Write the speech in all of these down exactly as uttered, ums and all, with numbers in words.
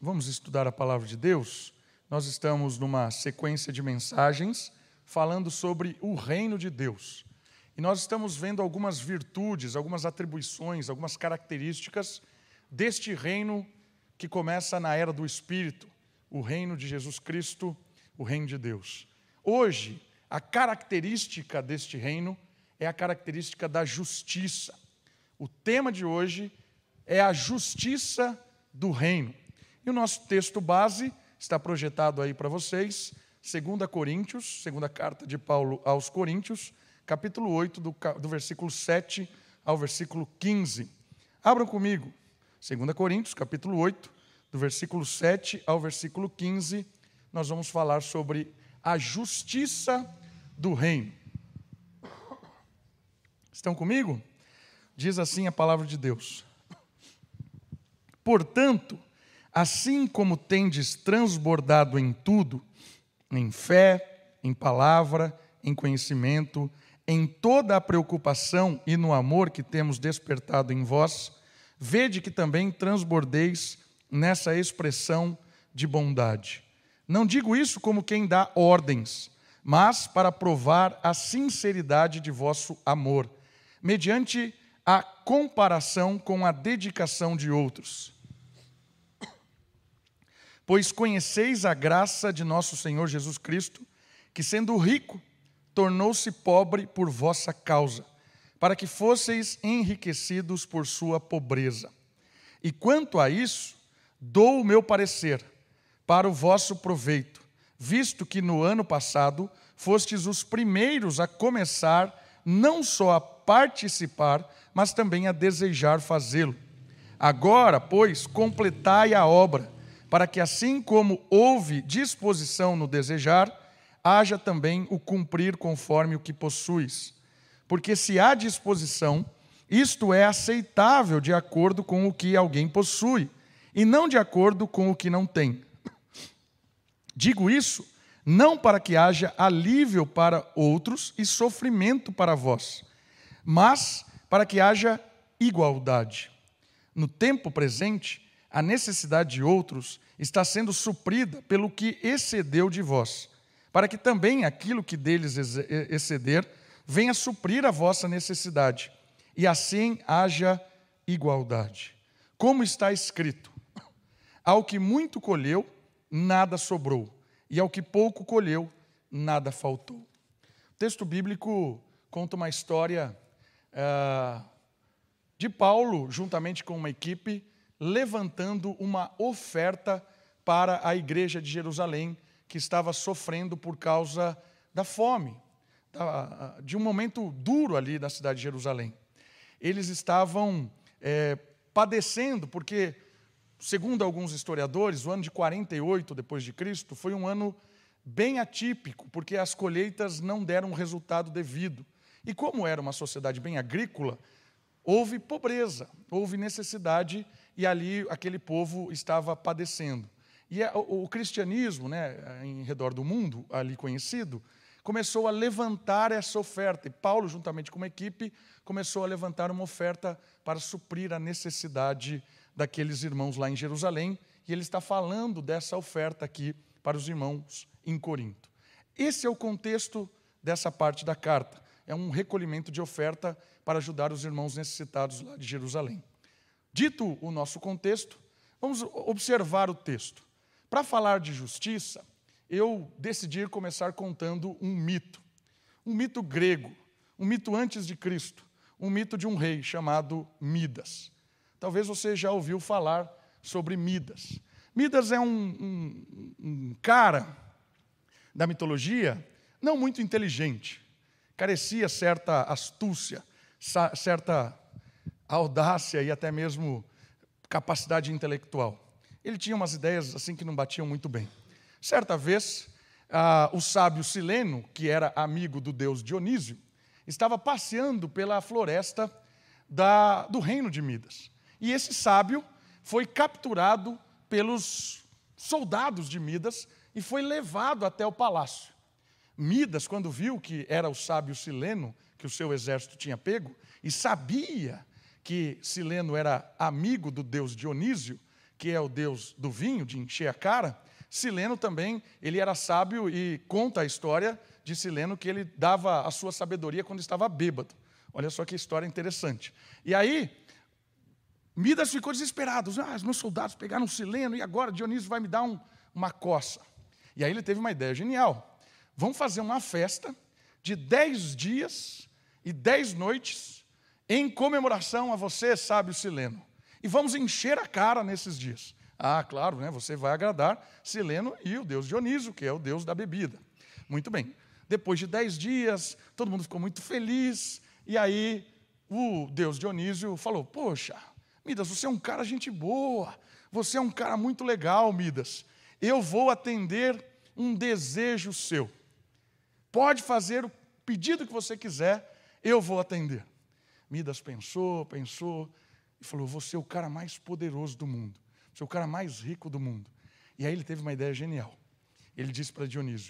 vamos estudar a palavra de Deus. Nós estamos numa sequência de mensagens falando sobre o reino de Deus. E nós estamos vendo algumas virtudes, algumas atribuições, algumas características deste reino que começa na era do Espírito, o reino de Jesus Cristo, o reino de Deus. Hoje, a característica deste reino é a característica da justiça. O tema de hoje é a justiça do reino. E o nosso texto base está projetado aí para vocês, segunda Coríntios, segunda carta de Paulo aos Coríntios, capítulo oito, do, do versículo sete ao versículo quinze. Abram comigo, segunda Coríntios, capítulo oito, do versículo sete ao versículo quinze, nós vamos falar sobre a justiça do reino. Estão comigo? Diz assim a palavra de Deus. Portanto, assim como tendes transbordado em tudo, em fé, em palavra, em conhecimento, em toda a preocupação e no amor que temos despertado em vós, vede que também transbordeis nessa expressão de bondade. Não digo isso como quem dá ordens, mas para provar a sinceridade de vosso amor, mediante a comparação com a dedicação de outros. Pois conheceis a graça de nosso Senhor Jesus Cristo, que sendo rico, tornou-se pobre por vossa causa, para que fosseis enriquecidos por sua pobreza. E quanto a isso, dou o meu parecer, para o vosso proveito, visto que no ano passado fostes os primeiros a começar, não só a participar, mas também a desejar fazê-lo. Agora, pois, completai a obra, para que assim como houve disposição no desejar, haja também o cumprir conforme o que possuis. Porque se há disposição, isto é aceitável de acordo com o que alguém possui, e não de acordo com o que não tem. Digo isso não para que haja alívio para outros e sofrimento para vós, mas para que haja igualdade. No tempo presente, a necessidade de outros está sendo suprida pelo que excedeu de vós, para que também aquilo que deles exceder venha suprir a vossa necessidade, e assim haja igualdade. Como está escrito: ao que muito colheu, nada sobrou, e ao que pouco colheu, nada faltou. O texto bíblico conta uma história uh, de Paulo, juntamente com uma equipe, levantando uma oferta para a igreja de Jerusalém, que estava sofrendo por causa da fome, de um momento duro ali na cidade de Jerusalém. Eles estavam é, padecendo, porque, segundo alguns historiadores, o ano de quarenta e oito depois de Cristo foi um ano bem atípico, porque as colheitas não deram o resultado devido. E como era uma sociedade bem agrícola, houve pobreza, houve necessidade, e ali aquele povo estava padecendo. E o, o cristianismo, né, em redor do mundo, ali conhecido, começou a levantar essa oferta. E Paulo, juntamente com uma equipe, começou a levantar uma oferta para suprir a necessidade daqueles irmãos lá em Jerusalém. E ele está falando dessa oferta aqui para os irmãos em Corinto. Esse é o contexto dessa parte da carta. É um recolhimento de oferta para ajudar os irmãos necessitados lá de Jerusalém. Dito o nosso contexto, vamos observar o texto. Para falar de justiça, eu decidi começar contando um mito. Um mito grego, um mito antes de Cristo, um mito de um rei chamado Midas. Talvez você já ouviu falar sobre Midas. Midas é um, um, um cara da mitologia não muito inteligente. Carecia certa astúcia, certa audácia e até mesmo capacidade intelectual. Ele tinha umas ideias assim que não batiam muito bem. Certa vez, ah, o sábio Sileno, que era amigo do deus Dionísio, estava passeando pela floresta da, do reino de Midas. E esse sábio foi capturado pelos soldados de Midas e foi levado até o palácio. Midas, quando viu que era o sábio Sileno, que o seu exército tinha pego, e sabia que Sileno era amigo do deus Dionísio, que que é o deus do vinho, de encher a cara, Sileno também, ele era sábio e conta a história de Sileno que ele dava a sua sabedoria quando estava bêbado. Olha só que história interessante. E aí, Midas ficou desesperado. Ah, os meus soldados pegaram Sileno e agora Dionísio vai me dar um, uma coça. E aí ele teve uma ideia genial. Vamos fazer uma festa de dez dias e dez noites em comemoração a você, sábio Sileno. E vamos encher a cara nesses dias. Ah, claro, né? Você vai agradar Sileno e o deus Dionísio, que é o deus da bebida. Muito bem. Depois de dez dias, todo mundo ficou muito feliz. E aí o deus Dionísio falou, poxa, Midas, você é um cara gente boa. Você é um cara muito legal, Midas. Eu vou atender um desejo seu. Pode fazer o pedido que você quiser, eu vou atender. Midas pensou, pensou e falou, você é o cara mais poderoso do mundo. Você é o cara mais rico do mundo. E aí ele teve uma ideia genial. Ele disse para Dionísio,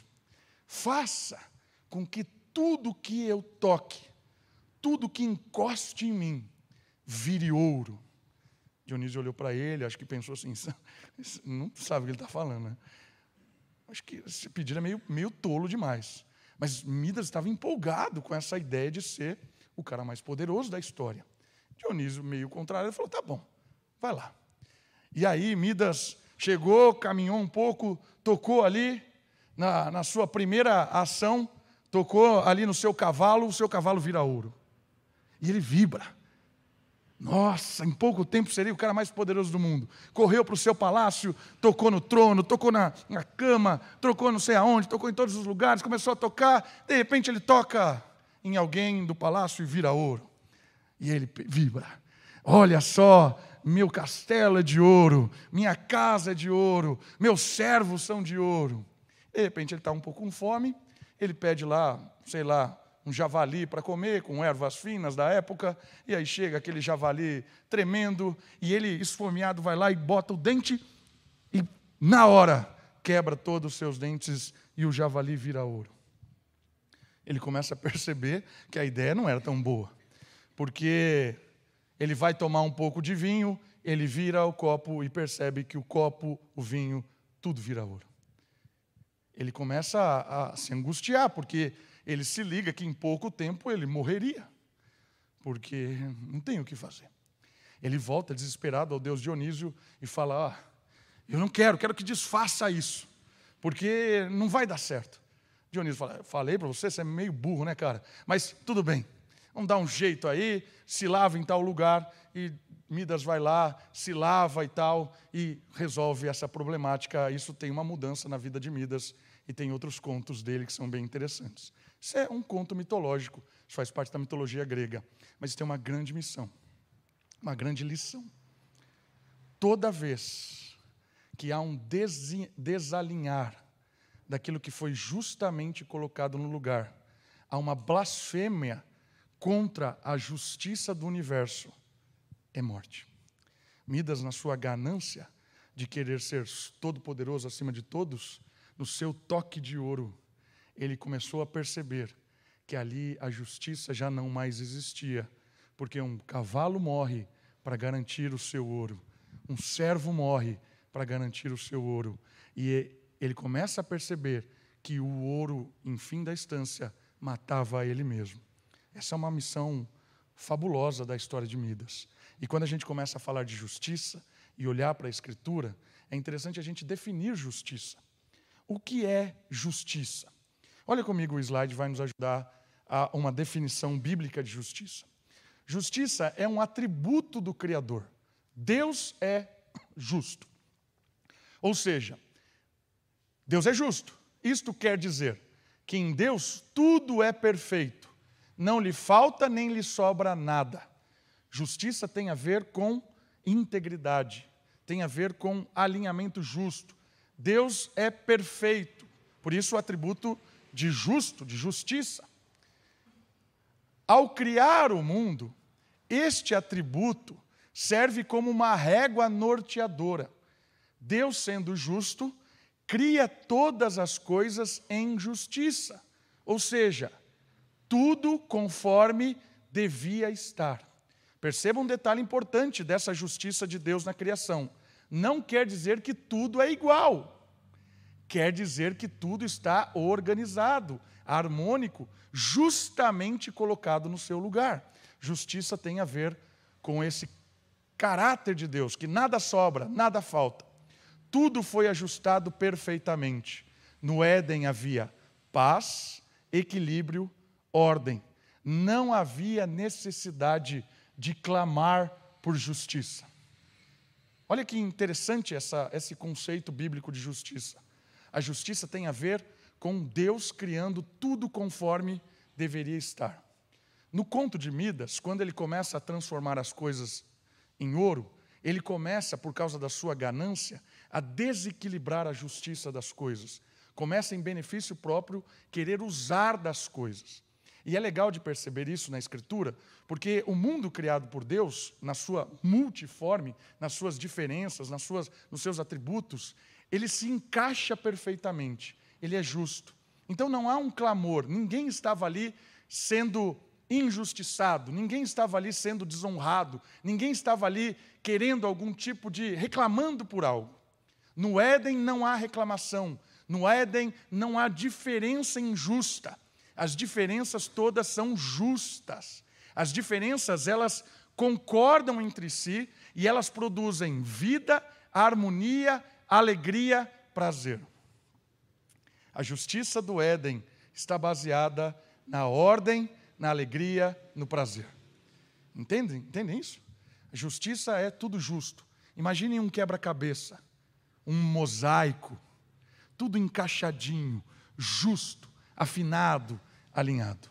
faça com que tudo que eu toque, tudo que encoste em mim, vire ouro. Dionísio olhou para ele, acho que pensou assim, não sabe o que ele está falando, né? Acho que esse pedido é meio, meio tolo demais. Mas Midas estava empolgado com essa ideia de ser o cara mais poderoso da história. Dionísio, meio contrário, falou, tá bom, vai lá. E aí Midas chegou, caminhou um pouco, tocou ali, na, na sua primeira ação, tocou ali no seu cavalo, o seu cavalo vira ouro. E ele vibra. Nossa, em pouco tempo seria o cara mais poderoso do mundo. Correu para o seu palácio, tocou no trono, tocou na, na cama, tocou não sei aonde, tocou em todos os lugares, começou a tocar. De repente ele toca em alguém do palácio e vira ouro. E ele vibra. Olha só, meu castelo é de ouro, minha casa é de ouro, meus servos são de ouro. De repente ele está um pouco com fome, ele pede lá, sei lá, um javali para comer, com ervas finas da época, e aí chega aquele javali tremendo, e ele, esfomeado, vai lá e bota o dente, e na hora quebra todos os seus dentes, e o javali vira ouro. Ele começa a perceber que a ideia não era tão boa, porque ele vai tomar um pouco de vinho, ele vira o copo e percebe que o copo, o vinho, tudo vira ouro. Ele começa a, a se angustiar, porque ele se liga que em pouco tempo ele morreria, porque não tem o que fazer. Ele volta desesperado ao deus Dionísio e fala, ah, eu não quero, quero que desfaça isso, porque não vai dar certo. Dionísio fala, falei para você, você é meio burro, né, cara? Mas tudo bem, vamos dar um jeito aí, se lava em tal lugar, e Midas vai lá, se lava e tal, e resolve essa problemática. Isso tem uma mudança na vida de Midas, e tem outros contos dele que são bem interessantes. Isso é um conto mitológico, isso faz parte da mitologia grega, mas isso tem uma grande missão, uma grande lição. Toda vez que há um desalinhar daquilo que foi justamente colocado no lugar, há uma blasfêmia contra a justiça do universo, é morte. Midas, na sua ganância de querer ser todo-poderoso acima de todos, no seu toque de ouro, ele começou a perceber que ali a justiça já não mais existia, porque um cavalo morre para garantir o seu ouro, um servo morre para garantir o seu ouro, e ele começa a perceber que o ouro, em fim da instância, matava ele mesmo. Essa é uma missão fabulosa da história de Midas. E quando a gente começa a falar de justiça e olhar para a Escritura, é interessante a gente definir justiça. O que é justiça? Olha comigo, o slide vai nos ajudar a uma definição bíblica de justiça. Justiça é um atributo do Criador. Deus é justo. Ou seja, Deus é justo. Isto quer dizer que em Deus tudo é perfeito. Não lhe falta nem lhe sobra nada. Justiça tem a ver com integridade, tem a ver com alinhamento justo. Deus é perfeito, por isso o atributo de justo, de justiça. Ao criar o mundo, este atributo serve como uma régua norteadora. Deus, sendo justo, cria todas as coisas em justiça, ou seja, tudo conforme devia estar. Perceba um detalhe importante dessa justiça de Deus na criação. não quer dizer que tudo é igual. Quer dizer que tudo está organizado, harmônico, justamente colocado no seu lugar. Justiça tem a ver com esse caráter de Deus, que nada sobra, nada falta. Tudo foi ajustado perfeitamente. No Éden havia paz, equilíbrio, ordem. Não havia necessidade de clamar por justiça. Olha que interessante essa, esse conceito bíblico de justiça. A justiça tem a ver com Deus criando tudo conforme deveria estar. No conto de Midas, quando ele começa a transformar as coisas em ouro, ele começa, por causa da sua ganância, a desequilibrar a justiça das coisas. Começa em benefício próprio querer usar das coisas. E é legal de perceber isso na Escritura, porque o mundo criado por Deus, na sua multiforme, nas suas diferenças, nas suas, nos seus atributos, ele se encaixa perfeitamente, ele é justo. Então não há um clamor, ninguém estava ali sendo injustiçado, ninguém estava ali sendo desonrado, ninguém estava ali querendo algum tipo de, reclamando por algo. No Éden não há reclamação, no Éden não há diferença injusta. As diferenças todas são justas. As diferenças, elas concordam entre si e elas produzem vida, harmonia, alegria, prazer. A justiça do Éden está baseada na ordem, na alegria, no prazer. Entendem? Entendem isso? A justiça é tudo justo. Imaginem um quebra-cabeça, um mosaico, tudo encaixadinho, justo, afinado, alinhado.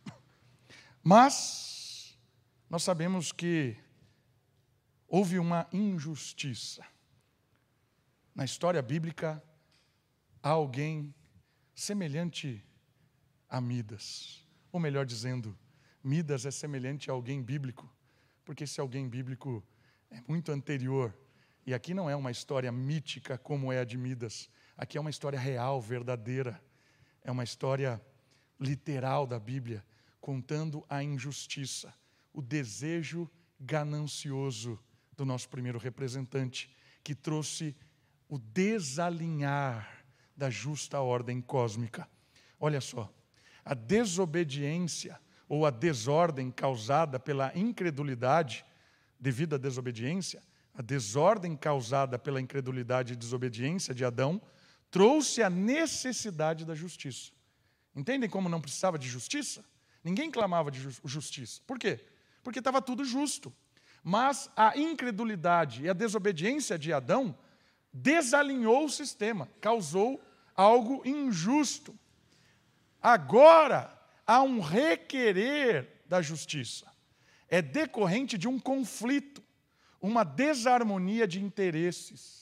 Mas nós sabemos que houve uma injustiça. Na história bíblica, há alguém semelhante a Midas. Ou melhor dizendo, Midas é semelhante a alguém bíblico, porque esse alguém bíblico é muito anterior. E aqui não é uma história mítica como é a de Midas. Aqui é uma história real, verdadeira. É uma história literal da Bíblia, contando a injustiça, o desejo ganancioso do nosso primeiro representante, que trouxe o desalinhar da justa ordem cósmica. Olha só, a desobediência ou a desordem causada pela incredulidade, devido à desobediência, a desordem causada pela incredulidade e desobediência de Adão, trouxe a necessidade da justiça. Entendem como não precisava de justiça? Ninguém clamava de justiça. Por quê? Porque estava tudo justo. Mas a incredulidade e a desobediência de Adão desalinhou o sistema, causou algo injusto. Agora há um requerer da justiça. É decorrente de um conflito, uma desarmonia de interesses.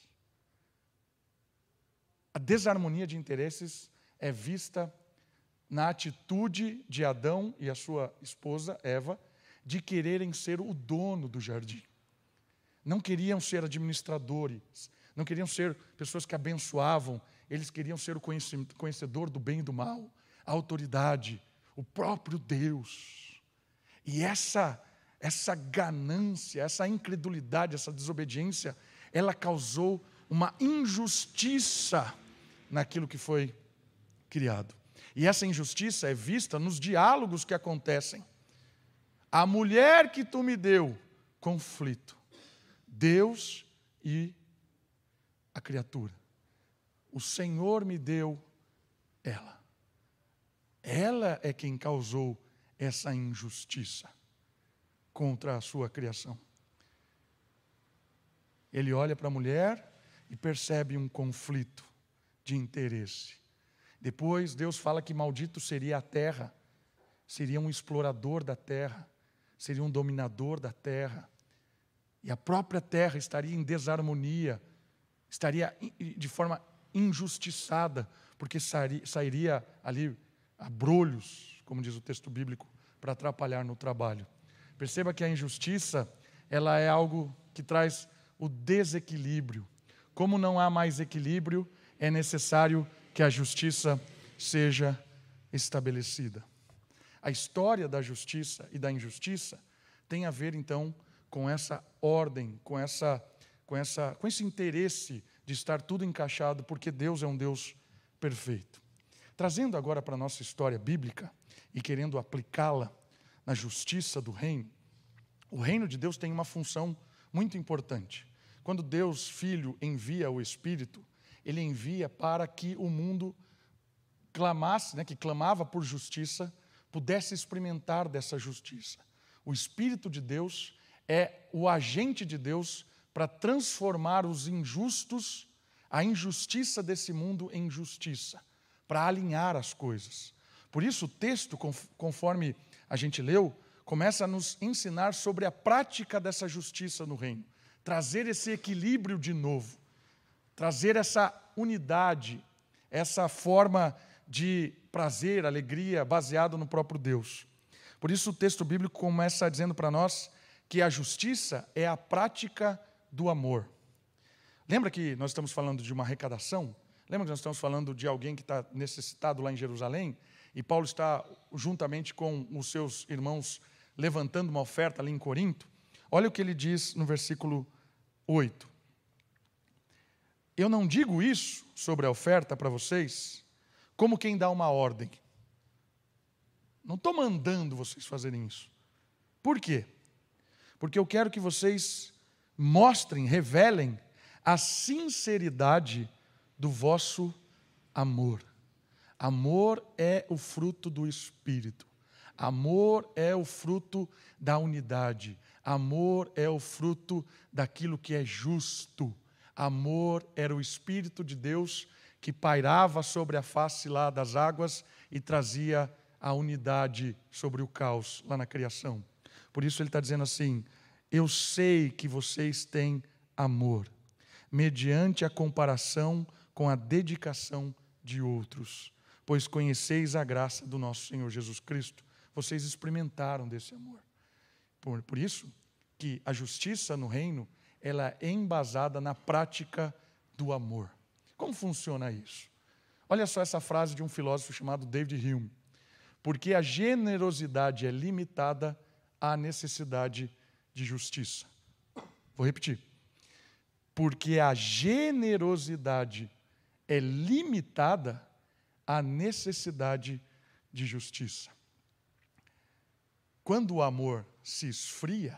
A desarmonia de interesses é vista na atitude de Adão e a sua esposa, Eva, de quererem ser o dono do jardim. Não queriam ser administradores, não queriam ser pessoas que abençoavam, eles queriam ser o conhecedor do bem e do mal, a autoridade, o próprio Deus. E essa, essa ganância, essa incredulidade, essa desobediência, ela causou uma injustiça naquilo que foi criado. E essa injustiça é vista nos diálogos que acontecem. A mulher que tu me deu, conflito. Deus e a criatura. O Senhor me deu ela. Ela é quem causou essa injustiça contra a sua criação. Ele olha para a mulher e percebe um conflito de interesse. Depois Deus fala que maldito seria a terra, seria um explorador da terra, seria um dominador da terra. E a própria terra estaria em desarmonia, estaria de forma injustiçada, porque sairia ali abrolhos, como diz o texto bíblico, para atrapalhar no trabalho. Perceba que a injustiça, ela é algo que traz o desequilíbrio. Como não há mais equilíbrio, é necessário que a justiça seja estabelecida. A história da justiça e da injustiça tem a ver, então, com essa ordem, com essa com, essa, com esse interesse de estar tudo encaixado, porque Deus é um Deus perfeito. Trazendo agora para a nossa história bíblica e querendo aplicá-la na justiça do reino, o reino de Deus tem uma função muito importante. Quando Deus, Filho, envia o Espírito, Ele envia para que o mundo clamasse, né, que clamava por justiça, pudesse experimentar dessa justiça. O Espírito de Deus é o agente de Deus para transformar os injustos, a injustiça desse mundo em justiça, para alinhar as coisas. Por isso o texto, conforme a gente leu, começa a nos ensinar sobre a prática dessa justiça no reino. Trazer esse equilíbrio de novo, trazer essa unidade, essa forma de prazer, alegria, baseado no próprio Deus. Por isso o texto bíblico começa dizendo para nós que a justiça é a prática do amor. Lembra que nós estamos falando de uma arrecadação? Lembra que nós estamos falando de alguém que está necessitado lá em Jerusalém? E Paulo está juntamente com os seus irmãos levantando uma oferta ali em Corinto? Olha o que ele diz no versículo oito. Eu não digo isso sobre a oferta para vocês como quem dá uma ordem. Não estou mandando vocês fazerem isso. Por quê? Porque eu quero que vocês mostrem, revelem a sinceridade do vosso amor. Amor é o fruto do Espírito. Amor é o fruto da unidade. Amor é o fruto daquilo que é justo. Amor era o Espírito de Deus que pairava sobre a face lá das águas e trazia a unidade sobre o caos lá na criação. Por isso ele está dizendo assim: eu sei que vocês têm amor, mediante a comparação com a dedicação de outros, pois conheceis a graça do nosso Senhor Jesus Cristo. Vocês experimentaram desse amor. Por, por isso que a justiça no reino, ela é embasada na prática do amor. Como funciona isso? Olha só essa frase de um filósofo chamado David Hume. Porque a generosidade é limitada à necessidade de justiça. Vou repetir. Porque a generosidade é limitada à necessidade de justiça. Quando o amor se esfria,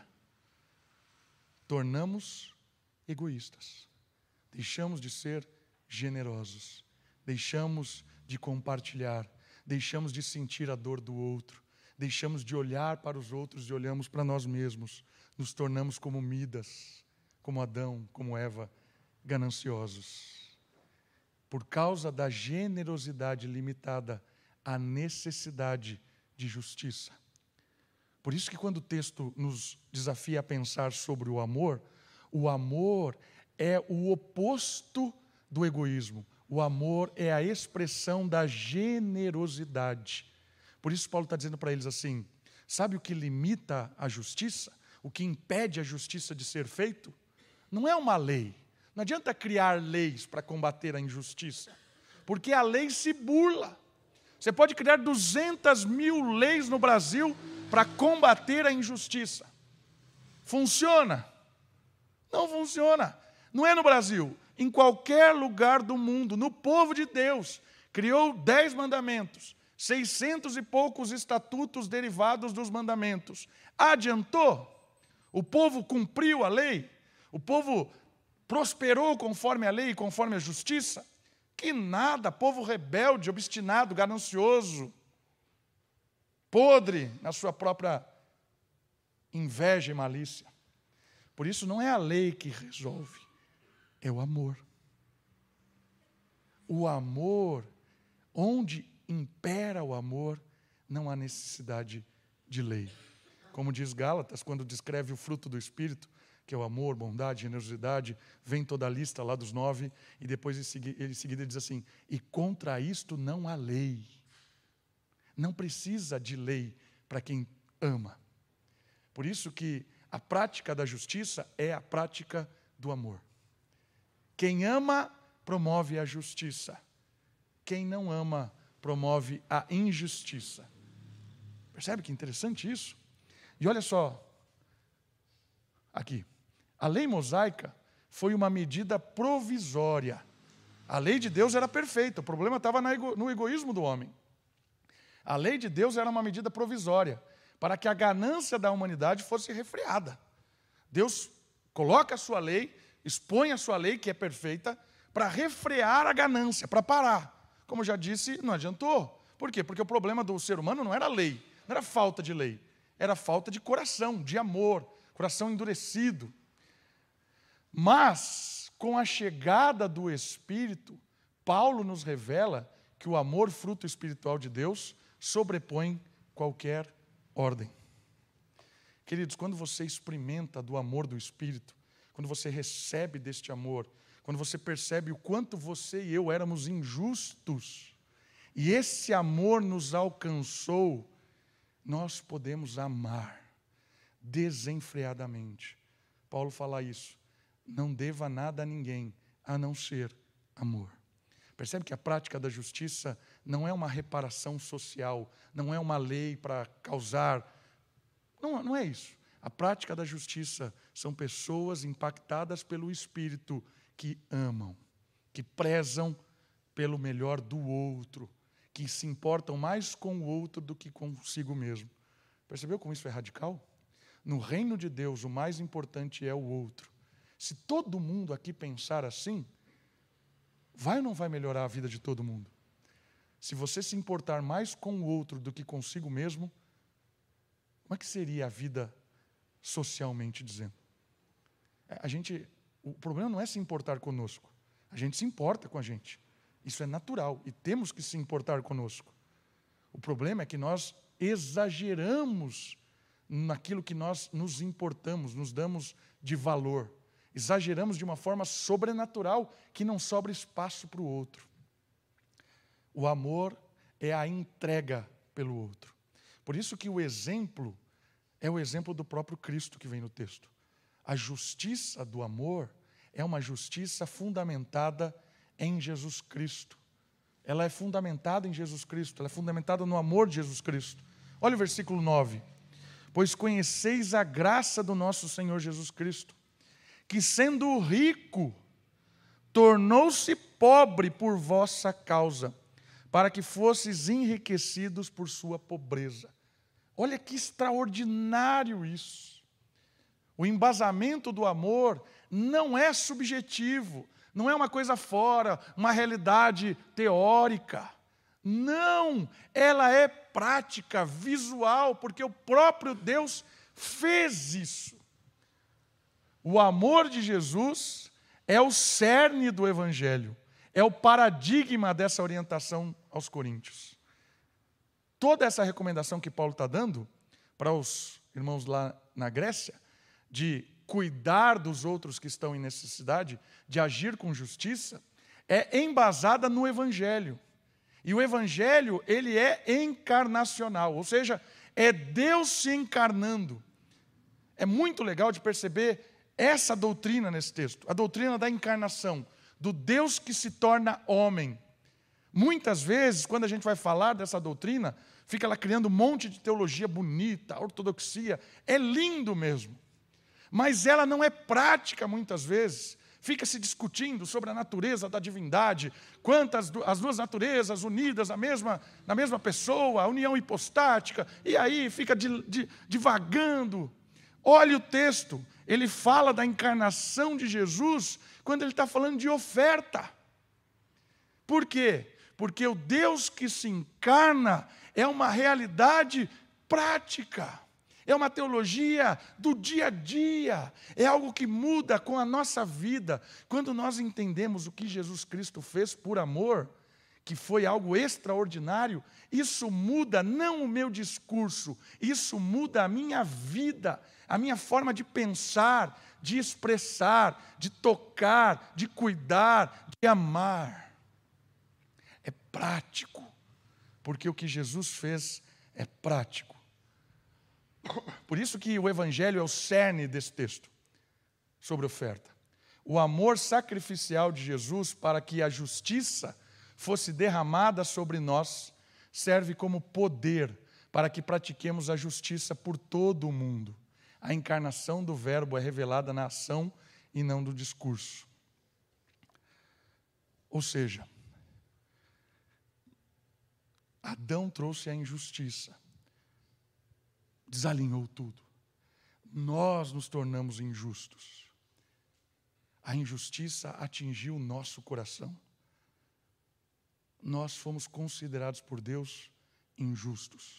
tornamos egoístas. Deixamos de ser generosos. Deixamos de compartilhar. Deixamos de sentir a dor do outro. Deixamos de olhar para os outros e olhamos para nós mesmos. Nos tornamos como Midas, como Adão, como Eva, gananciosos. Por causa da generosidade limitada à necessidade de justiça. Por isso que quando o texto nos desafia a pensar sobre o amor, o amor é o oposto do egoísmo. O amor é a expressão da generosidade. Por isso Paulo está dizendo para eles assim, sabe o que limita a justiça? O que impede a justiça de ser feito? Não é uma lei. Não adianta criar leis para combater a injustiça, porque a lei se burla. Você pode criar duzentas mil leis no Brasil para combater a injustiça. Funciona? Não funciona. Não é no Brasil. Em qualquer lugar do mundo, no povo de Deus, criou dez mandamentos, seiscentos e poucos estatutos derivados dos mandamentos. Adiantou? O povo cumpriu a lei? O povo prosperou conforme a lei, conforme a justiça? Que nada, povo rebelde, obstinado, ganancioso, podre na sua própria inveja e malícia. Por isso não é a lei que resolve, é o amor. O amor, onde impera o amor, não há necessidade de lei. Como diz Gálatas, quando descreve o fruto do Espírito, que é o amor, bondade, generosidade, vem toda a lista lá dos nove, e depois ele em seguida diz assim, e contra isto não há lei. Não precisa de lei para quem ama. Por isso que a prática da justiça é a prática do amor. Quem ama, promove a justiça. Quem não ama, promove a injustiça. Percebe que interessante isso? E olha só, aqui, a lei mosaica foi uma medida provisória. A lei de Deus era perfeita, o problema estava no egoísmo do homem. A lei de Deus era uma medida provisória, para que a ganância da humanidade fosse refreada. Deus coloca a sua lei, expõe a sua lei, que é perfeita, para refrear a ganância, para parar. Como já disse, não adiantou. Por quê? Porque o problema do ser humano não era lei, não era falta de lei, era falta de coração, de amor, coração endurecido. Mas, com a chegada do Espírito, Paulo nos revela que o amor, fruto espiritual de Deus, sobrepõe qualquer ordem. Queridos, quando você experimenta do amor do Espírito, quando você recebe deste amor, quando você percebe o quanto você e eu éramos injustos, e esse amor nos alcançou, nós podemos amar desenfreadamente. Paulo fala isso. Não deva nada a ninguém, a não ser amor. Percebe que a prática da justiça não é uma reparação social, não é uma lei para causar... Não, não é isso. A prática da justiça são pessoas impactadas pelo Espírito que amam, que prezam pelo melhor do outro, que se importam mais com o outro do que consigo mesmo. Percebeu como isso é radical? No reino de Deus, o mais importante é o outro. Se todo mundo aqui pensar assim, vai ou não vai melhorar a vida de todo mundo? Se você se importar mais com o outro do que consigo mesmo, como é que seria a vida socialmente dizendo? A gente, o problema não é se importar conosco. A gente se importa com a gente. Isso é natural e temos que se importar conosco. O problema é que nós exageramos naquilo que nós nos importamos, nos damos de valor. Exageramos de uma forma sobrenatural que não sobra espaço para o outro. O amor é a entrega pelo outro. Por isso que o exemplo é o exemplo do próprio Cristo que vem no texto. A justiça do amor é uma justiça fundamentada em Jesus Cristo. Ela é fundamentada em Jesus Cristo, ela é fundamentada no amor de Jesus Cristo. Olha o versículo nove. Pois conheceis a graça do nosso Senhor Jesus Cristo, que sendo rico, tornou-se pobre por vossa causa, para que fosseis enriquecidos por sua pobreza. Olha que extraordinário isso. O embasamento do amor não é subjetivo, não é uma coisa fora, uma realidade teórica. Não, ela é prática, visual, porque o próprio Deus fez isso. O amor de Jesus é o cerne do Evangelho, é o paradigma dessa orientação aos coríntios. Toda essa recomendação que Paulo está dando para os irmãos lá na Grécia, de cuidar dos outros que estão em necessidade, de agir com justiça, é embasada no Evangelho. E o Evangelho, ele é encarnacional, ou seja, é Deus se encarnando. É muito legal de perceber essa doutrina nesse texto, a doutrina da encarnação, do Deus que se torna homem. Muitas vezes, quando a gente vai falar dessa doutrina, fica lá criando um monte de teologia bonita, ortodoxia, é lindo mesmo. Mas ela não é prática muitas vezes. Fica se discutindo sobre a natureza da divindade, quantas as duas naturezas unidas na mesma, na mesma pessoa, a união hipostática, e aí fica divagando. Olha o texto, ele fala da encarnação de Jesus quando ele está falando de oferta. Por quê? Porque o Deus que se encarna é uma realidade prática. É uma teologia do dia a dia, é algo que muda com a nossa vida. Quando nós entendemos o que Jesus Cristo fez por amor, que foi algo extraordinário, isso muda não o meu discurso, isso muda a minha vida, a minha forma de pensar, de expressar, de tocar, de cuidar, de amar. É prático, porque o que Jesus fez é prático. Por isso que o Evangelho é o cerne desse texto, sobre oferta. O amor sacrificial de Jesus para que a justiça fosse derramada sobre nós, serve como poder para que pratiquemos a justiça por todo o mundo. A encarnação do Verbo é revelada na ação e não do discurso. Ou seja, Adão trouxe a injustiça, desalinhou tudo. Nós nos tornamos injustos. A injustiça atingiu o nosso coração. Nós fomos considerados por Deus injustos.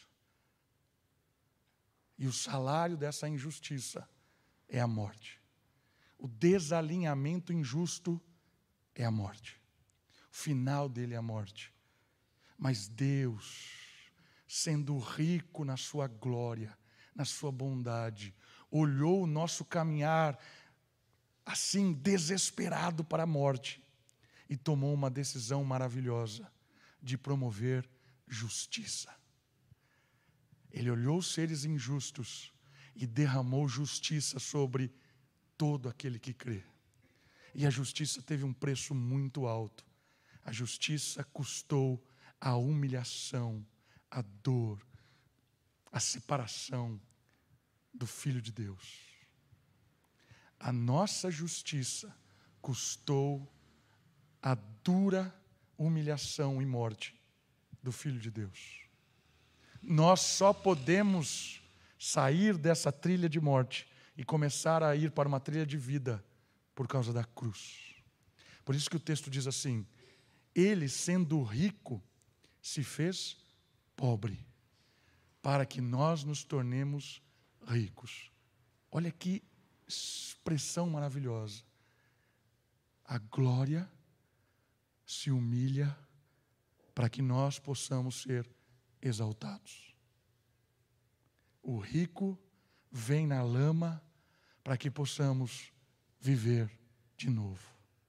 E o salário dessa injustiça é a morte. O desalinhamento injusto é a morte. O final dele é a morte. Mas Deus, sendo rico na sua glória, na sua bondade, olhou o nosso caminhar assim desesperado para a morte e tomou uma decisão maravilhosa de promover justiça. Ele olhou os seres injustos e derramou justiça sobre todo aquele que crê. E a justiça teve um preço muito alto. A justiça custou a humilhação, a dor, a separação do Filho de Deus. A nossa justiça custou a dura humilhação e morte do Filho de Deus. Nós só podemos sair dessa trilha de morte e começar a ir para uma trilha de vida por causa da cruz. Por isso que o texto diz assim: Ele, sendo rico, se fez pobre, para que nós nos tornemos ricos. Olha que expressão maravilhosa. A glória se humilha para que nós possamos ser exaltados. O rico vem na lama para que possamos viver de novo.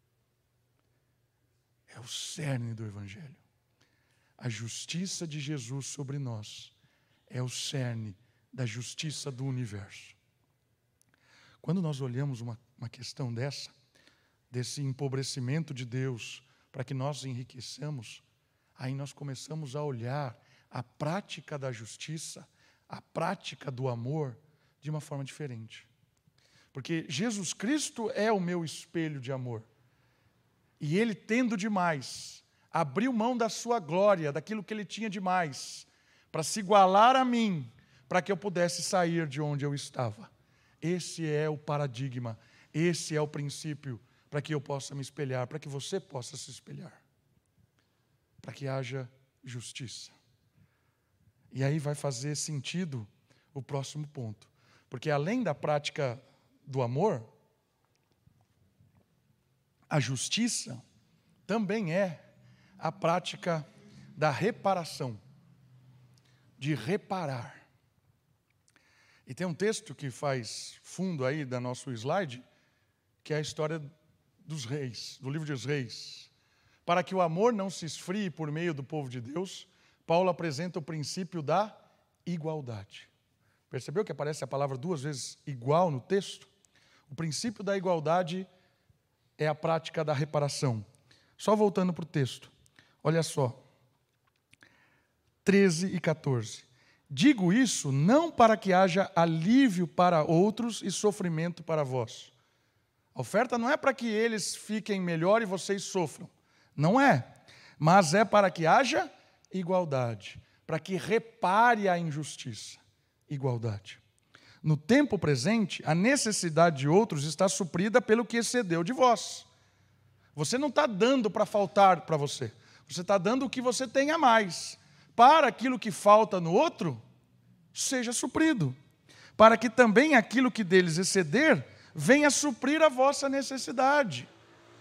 É o cerne do Evangelho. A justiça de Jesus sobre nós é o cerne da justiça do universo. Quando nós olhamos uma, uma questão dessa, desse empobrecimento de Deus para que nós enriqueçamos, aí nós começamos a olhar a prática da justiça, a prática do amor, de uma forma diferente. Porque Jesus Cristo é o meu espelho de amor. E Ele, tendo demais, abriu mão da sua glória, daquilo que Ele tinha de mais, para se igualar a mim, para que eu pudesse sair de onde eu estava. Esse é o paradigma, esse é o princípio, para que eu possa me espelhar, para que você possa se espelhar. Para que haja justiça. E aí vai fazer sentido o próximo ponto. Porque além da prática do amor, a justiça também é a prática da reparação, de reparar. E tem um texto que faz fundo aí da nosso slide, que é a história dos reis, do livro dos reis. Para que o amor não se esfrie por meio do povo de Deus, Paulo apresenta o princípio da igualdade. Percebeu que aparece a palavra duas vezes igual no texto? O princípio da igualdade é a prática da reparação. Só voltando para o texto. Olha só. treze e quatorze. Digo isso não para que haja alívio para outros e sofrimento para vós. A oferta não é para que eles fiquem melhor e vocês sofram. Não é. Mas é para que haja igualdade. Para que repare a injustiça. Igualdade. No tempo presente, a necessidade de outros está suprida pelo que excedeu de vós. Você não está dando para faltar para você. Você está dando o que você tem a mais. Para aquilo que falta no outro, seja suprido. Para que também aquilo que deles exceder, venha suprir a vossa necessidade.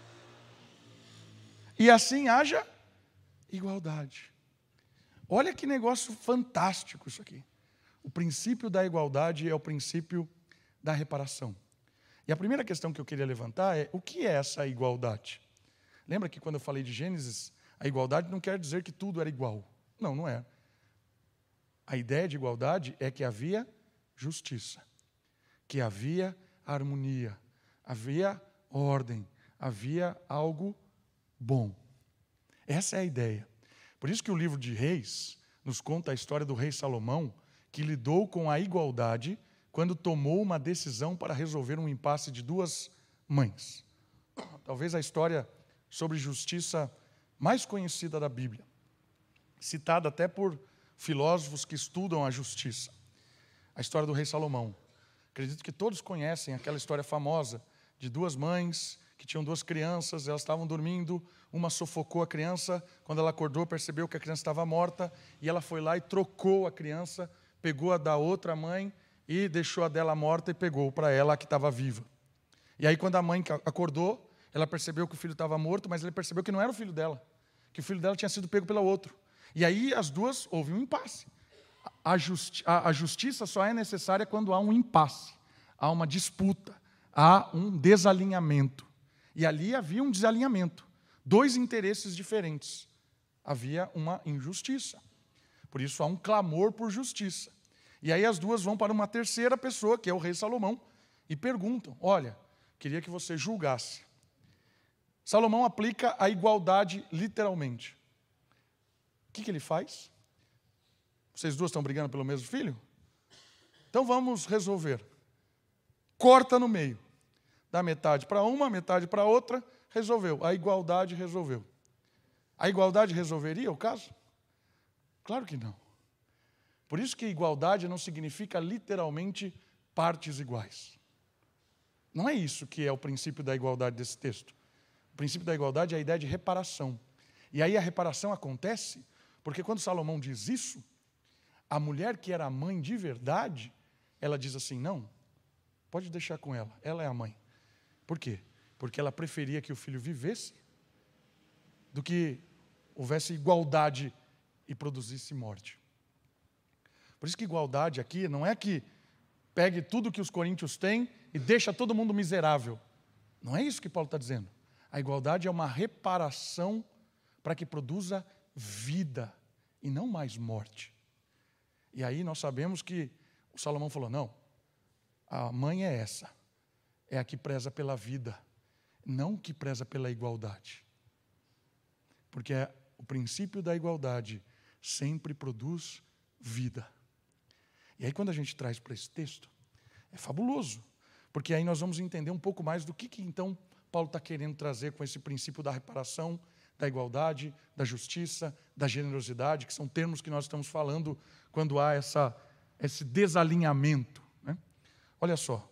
E assim haja igualdade. Olha que negócio fantástico isso aqui. O princípio da igualdade é o princípio da reparação. E a primeira questão que eu queria levantar é, o que é essa igualdade? Lembra que quando eu falei de Gênesis, a igualdade não quer dizer que tudo era igual. Não, não é. A ideia de igualdade é que havia justiça, que havia harmonia, havia ordem, havia algo bom. Essa é a ideia. Por isso que o livro de Reis nos conta a história do rei Salomão, que lidou com a igualdade quando tomou uma decisão para resolver um impasse de duas mães. Talvez a história sobre justiça mais conhecida da Bíblia, citada até por filósofos que estudam a justiça. A história do rei Salomão. Acredito que todos conhecem aquela história famosa de duas mães que tinham duas crianças, elas estavam dormindo, uma sufocou a criança, quando ela acordou percebeu que a criança estava morta, e ela foi lá e trocou a criança, pegou a da outra mãe e deixou a dela morta e pegou para ela a que estava viva. E aí quando a mãe acordou, ela percebeu que o filho estava morto, mas ele percebeu que não era o filho dela, que o filho dela tinha sido pego pelo outro. E aí as duas, houve um impasse. A, justi a, a justiça só é necessária quando há um impasse, há uma disputa, há um desalinhamento. E ali havia um desalinhamento, dois interesses diferentes. Havia uma injustiça. Por isso há um clamor por justiça. E aí as duas vão para uma terceira pessoa, que é o rei Salomão, e perguntam, olha, queria que você julgasse. Salomão aplica a igualdade literalmente. O que, que ele faz? Vocês duas estão brigando pelo mesmo filho? Então vamos resolver. Corta no meio. Dá metade para uma, metade para outra, resolveu. A igualdade resolveu. A igualdade resolveria o caso? Claro que não. Por isso que igualdade não significa literalmente partes iguais. Não é isso que é o princípio da igualdade desse texto. O princípio da igualdade é a ideia de reparação. E aí a reparação acontece porque quando Salomão diz isso, a mulher que era a mãe de verdade, ela diz assim, não, pode deixar com ela, ela é a mãe. Por quê? Porque ela preferia que o filho vivesse do que houvesse igualdade e produzisse morte. Por isso que igualdade aqui não é que pegue tudo que os coríntios têm e deixa todo mundo miserável. Não é isso que Paulo está dizendo. A igualdade é uma reparação para que produza vida e não mais morte. E aí nós sabemos que o Salomão falou, não, a mãe é essa, é a que preza pela vida, não que preza pela igualdade. Porque é, o princípio da igualdade sempre produz vida. E aí quando a gente traz para esse texto, é fabuloso, porque aí nós vamos entender um pouco mais do que, que então Paulo está querendo trazer com esse princípio da reparação, da igualdade, da justiça, da generosidade, que são termos que nós estamos falando quando há essa, esse desalinhamento. Né? Olha só,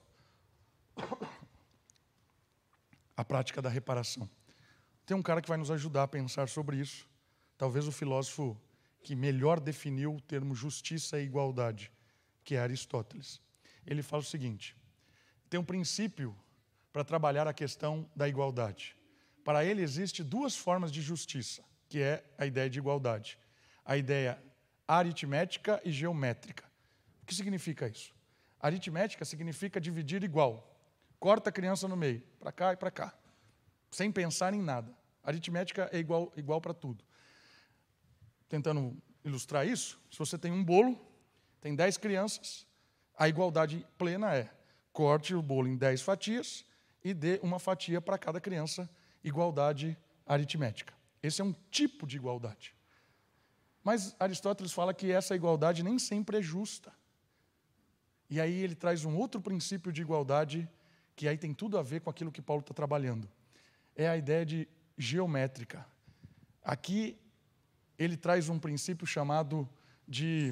a prática da reparação. Tem um cara que vai nos ajudar a pensar sobre isso, talvez o filósofo que melhor definiu o termo justiça e igualdade, que é Aristóteles. Ele fala o seguinte, tem um princípio para trabalhar a questão da igualdade. Para ele existe duas formas de justiça, que é a ideia de igualdade. A ideia aritmética e geométrica. O que significa isso? Aritmética significa dividir igual. Corta a criança no meio, para cá e para cá, sem pensar em nada. Aritmética é igual, igual para tudo. Tentando ilustrar isso, se você tem um bolo, tem dez crianças, a igualdade plena é corte o bolo em dez fatias e dê uma fatia para cada criança, igualdade aritmética. Esse é um tipo de igualdade. Mas Aristóteles fala que essa igualdade nem sempre é justa. E aí ele traz um outro princípio de igualdade que aí tem tudo a ver com aquilo que Paulo está trabalhando. É a ideia de geométrica. Aqui ele traz um princípio chamado de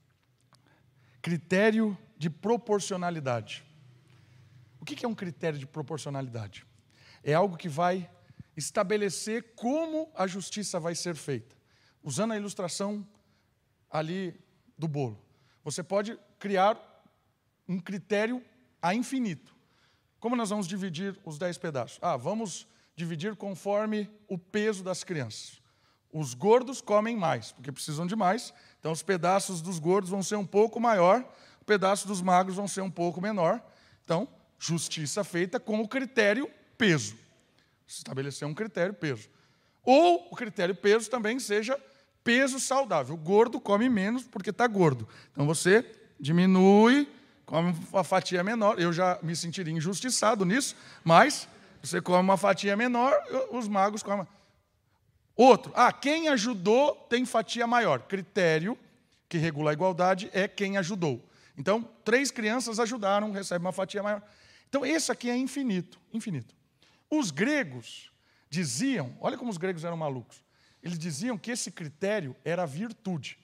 critério de proporcionalidade. O que é um critério de proporcionalidade? É algo que vai estabelecer como a justiça vai ser feita. Usando a ilustração ali do bolo. Você pode criar um critério a infinito. Como nós vamos dividir os dez pedaços? Ah, vamos dividir conforme o peso das crianças. Os gordos comem mais, porque precisam de mais. Então, os pedaços dos gordos vão ser um pouco maior, os pedaços dos magros vão ser um pouco menor. Então, justiça feita com o critério peso. Estabelecer um critério peso. Ou o critério peso também seja peso saudável. O gordo come menos porque está gordo. Então, você diminui, come uma fatia menor. Eu já me sentiria injustiçado nisso, mas você come uma fatia menor, os magros comem. Outro, ah, quem ajudou tem fatia maior. Critério que regula a igualdade é quem ajudou. Então, três crianças ajudaram, recebem uma fatia maior. Então, esse aqui é infinito, infinito. Os gregos diziam, olha como os gregos eram malucos, eles diziam que esse critério era virtude.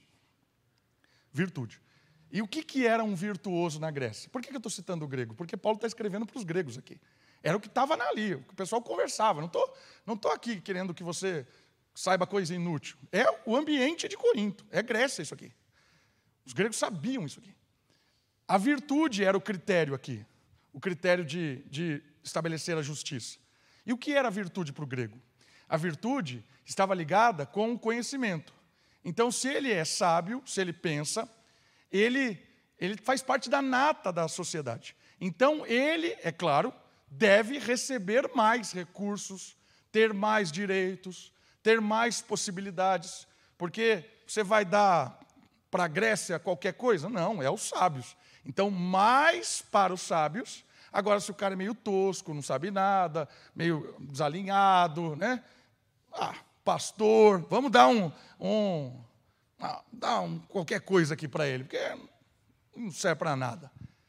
Virtude. E o que, que era um virtuoso na Grécia? Por que, que eu estou citando o grego? Porque Paulo está escrevendo para os gregos aqui. Era o que estava ali, o que o pessoal conversava. Não estou não estou aqui querendo que você saiba coisa inútil. É o ambiente de Corinto, é Grécia isso aqui. Os gregos sabiam isso aqui. A virtude era o critério aqui, o critério de, de estabelecer a justiça. E o que era a virtude para o grego? A virtude estava ligada com o conhecimento. Então, se ele é sábio, se ele pensa, ele, ele faz parte da nata da sociedade. Então, ele, é claro, deve receber mais recursos, ter mais direitos, ter mais possibilidades, porque você vai dar para a Grécia qualquer coisa? Não, é os sábios. Então, mais para os sábios. Agora, se o cara é meio tosco, não sabe nada, meio desalinhado, né? Ah, pastor, vamos dar um, um, ah, dar um qualquer coisa aqui para ele, porque não serve para nada.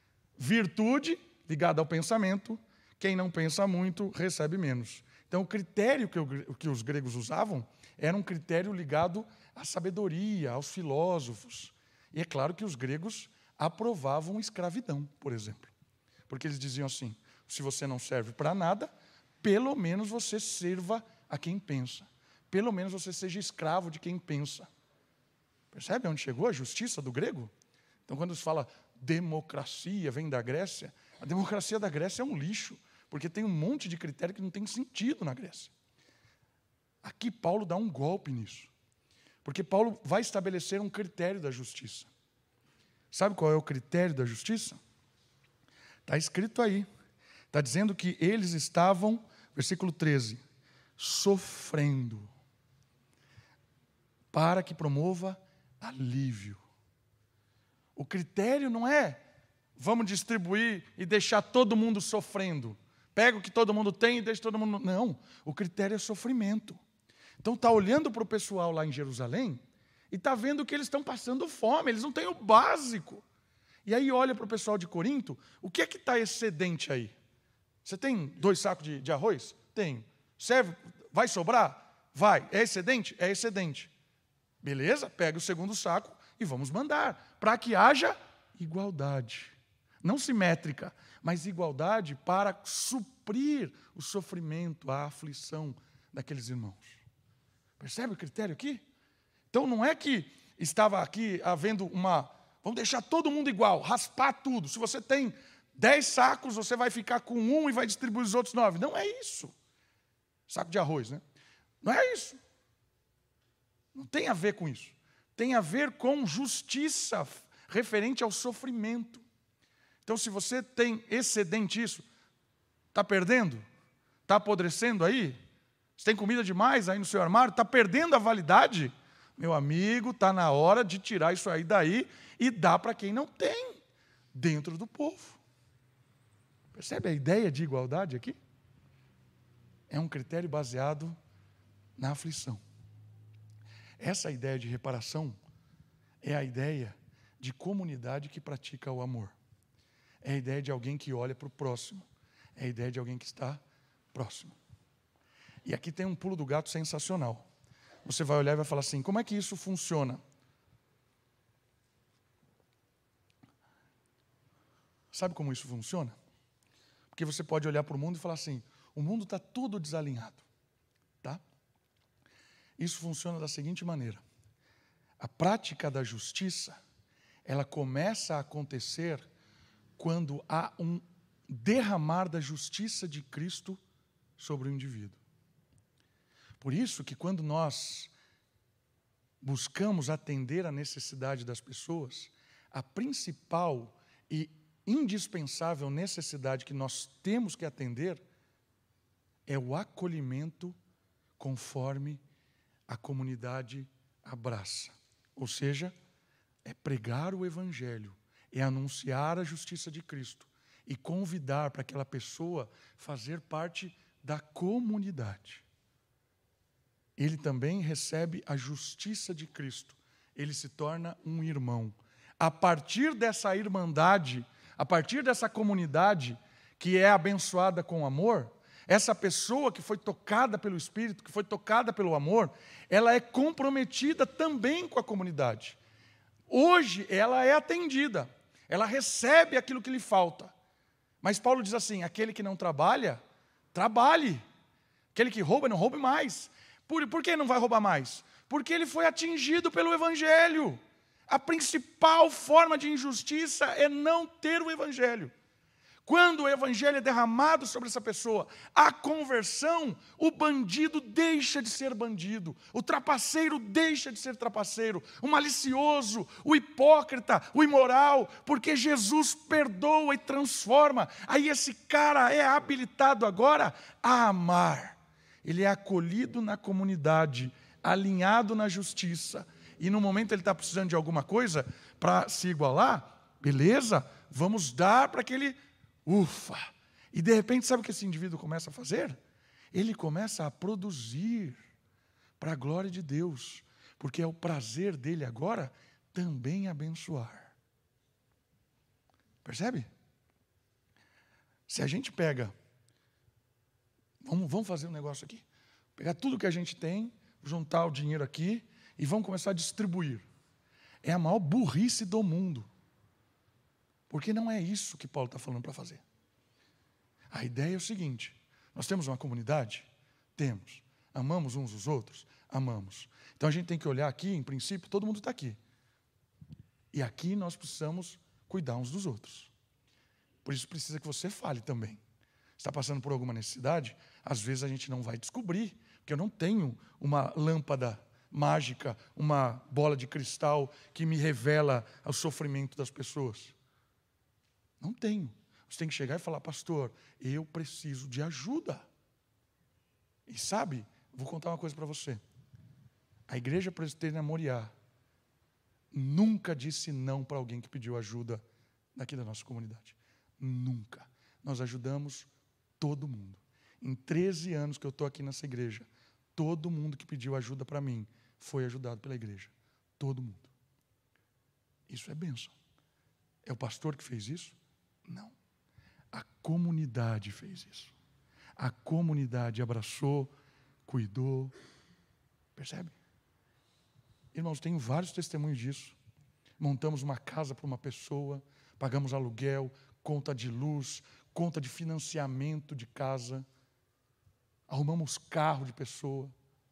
Virtude ligada ao pensamento, quem não pensa muito recebe menos. Então, o critério que, o, que os gregos usavam era um critério ligado à sabedoria, aos filósofos. E é claro que os gregos aprovavam escravidão, por exemplo. Porque eles diziam assim, se você não serve para nada, pelo menos você sirva a quem pensa. Pelo menos você seja escravo de quem pensa. Percebe onde chegou a justiça do grego? Então, quando se fala democracia, vem da Grécia, a democracia da Grécia é um lixo, porque tem um monte de critério que não tem sentido na Grécia. Aqui Paulo dá um golpe nisso. Porque Paulo vai estabelecer um critério da justiça. Sabe qual é o critério da justiça? Está escrito aí. Está dizendo que eles estavam, versículo treze, sofrendo para que promova alívio. O critério não é vamos distribuir e deixar todo mundo sofrendo. Pega o que todo mundo tem e deixa todo mundo... Não, o critério é sofrimento. Então está olhando para o pessoal lá em Jerusalém e está vendo que eles estão passando fome, eles não têm o básico. E aí olha para o pessoal de Corinto, o que é que está excedente aí? Você tem dois sacos de, de arroz? Tem. Serve? Vai sobrar? Vai. É excedente? É excedente. Beleza? Pega o segundo saco e vamos mandar, para que haja igualdade. Não simétrica, mas igualdade para suprir o sofrimento, a aflição daqueles irmãos. Percebe o critério aqui? Então não é que estava aqui havendo uma... Vamos deixar todo mundo igual, raspar tudo. Se você tem dez sacos, você vai ficar com um e vai distribuir os outros nove. Não é isso. Saco de arroz, né? Não é isso. Não tem a ver com isso. Tem a ver com justiça referente ao sofrimento. Então, se você tem excedente isso, está perdendo? Está apodrecendo aí? Você tem comida demais aí no seu armário? Está perdendo a validade? Meu amigo, está na hora de tirar isso aí daí e dar para quem não tem, dentro do povo. Percebe a ideia de igualdade aqui? É um critério baseado na aflição. Essa ideia de reparação é a ideia de comunidade que pratica o amor. É a ideia de alguém que olha para o próximo. É a ideia de alguém que está próximo. E aqui tem um pulo do gato sensacional. Você vai olhar e vai falar assim, como é que isso funciona? Sabe como isso funciona? Porque você pode olhar para o mundo e falar assim, o mundo está todo desalinhado. Tá? Isso funciona da seguinte maneira. A prática da justiça, ela começa a acontecer quando há um derramar da justiça de Cristo sobre o indivíduo. Por isso que quando nós buscamos atender a necessidade das pessoas, a principal e indispensável necessidade que nós temos que atender é o acolhimento conforme a comunidade abraça. Ou seja, é pregar o Evangelho, é anunciar a justiça de Cristo e convidar para aquela pessoa fazer parte da comunidade. Ele também recebe a justiça de Cristo. Ele se torna um irmão. A partir dessa irmandade, a partir dessa comunidade, que é abençoada com amor, essa pessoa que foi tocada pelo Espírito, que foi tocada pelo amor, ela é comprometida também com a comunidade. Hoje ela é atendida, ela recebe aquilo que lhe falta. Mas Paulo diz assim, aquele que não trabalha, trabalhe. Aquele que rouba, não roube mais. Por, por que não vai roubar mais? Porque ele foi atingido pelo Evangelho. A principal forma de injustiça é não ter o Evangelho. Quando o Evangelho é derramado sobre essa pessoa, a conversão, o bandido deixa de ser bandido, o trapaceiro deixa de ser trapaceiro, o malicioso, o hipócrita, o imoral, porque Jesus perdoa e transforma. Aí esse cara é habilitado agora a amar. Ele é acolhido na comunidade, alinhado na justiça. E no momento ele está precisando de alguma coisa para se igualar, beleza, vamos dar para que ele... Ufa! E de repente, sabe o que esse indivíduo começa a fazer? Ele começa a produzir para a glória de Deus, porque é o prazer dele agora também abençoar. Percebe? Se a gente pega, vamos, vamos fazer um negócio aqui, pegar tudo que a gente tem, juntar o dinheiro aqui e vamos começar a distribuir. É a maior burrice do mundo. Porque não é isso que Paulo está falando para fazer. A ideia é o seguinte, nós temos uma comunidade? Temos. Amamos uns os outros? Amamos. Então a gente tem que olhar aqui, em princípio, todo mundo está aqui. E aqui nós precisamos cuidar uns dos outros. Por isso precisa que você fale também. Está passando por alguma necessidade? Às vezes a gente não vai descobrir, porque eu não tenho uma lâmpada mágica, uma bola de cristal que me revela o sofrimento das pessoas. Não tenho. Você tem que chegar e falar, pastor, eu preciso de ajuda. E sabe, vou contar uma coisa para você. A Igreja Presbiteriana Moriá nunca disse não para alguém que pediu ajuda daqui da nossa comunidade. Nunca. Nós ajudamos todo mundo. Em treze anos que eu estou aqui nessa igreja, todo mundo que pediu ajuda para mim foi ajudado pela igreja. Todo mundo. Isso é bênção. É o pastor que fez isso? Não. A comunidade fez isso. A comunidade abraçou, cuidou. Percebe? Irmãos, tenho vários testemunhos disso. Montamos uma casa para uma pessoa, pagamos aluguel, conta de luz, conta de financiamento de casa, arrumamos carro de pessoa.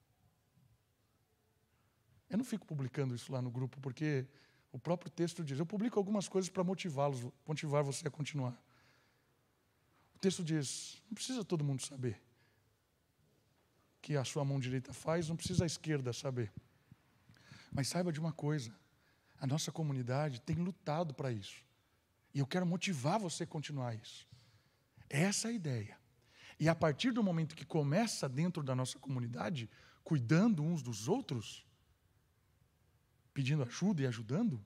Eu não fico publicando isso lá no grupo, porque o próprio texto diz, eu publico algumas coisas para motivá-los, motivar você a continuar. O texto diz, não precisa todo mundo saber o que a sua mão direita faz, não precisa a esquerda saber. Mas saiba de uma coisa, a nossa comunidade tem lutado para isso. E eu quero motivar você a continuar isso. Essa é a ideia. E a partir do momento que começa dentro da nossa comunidade, cuidando uns dos outros, pedindo ajuda e ajudando,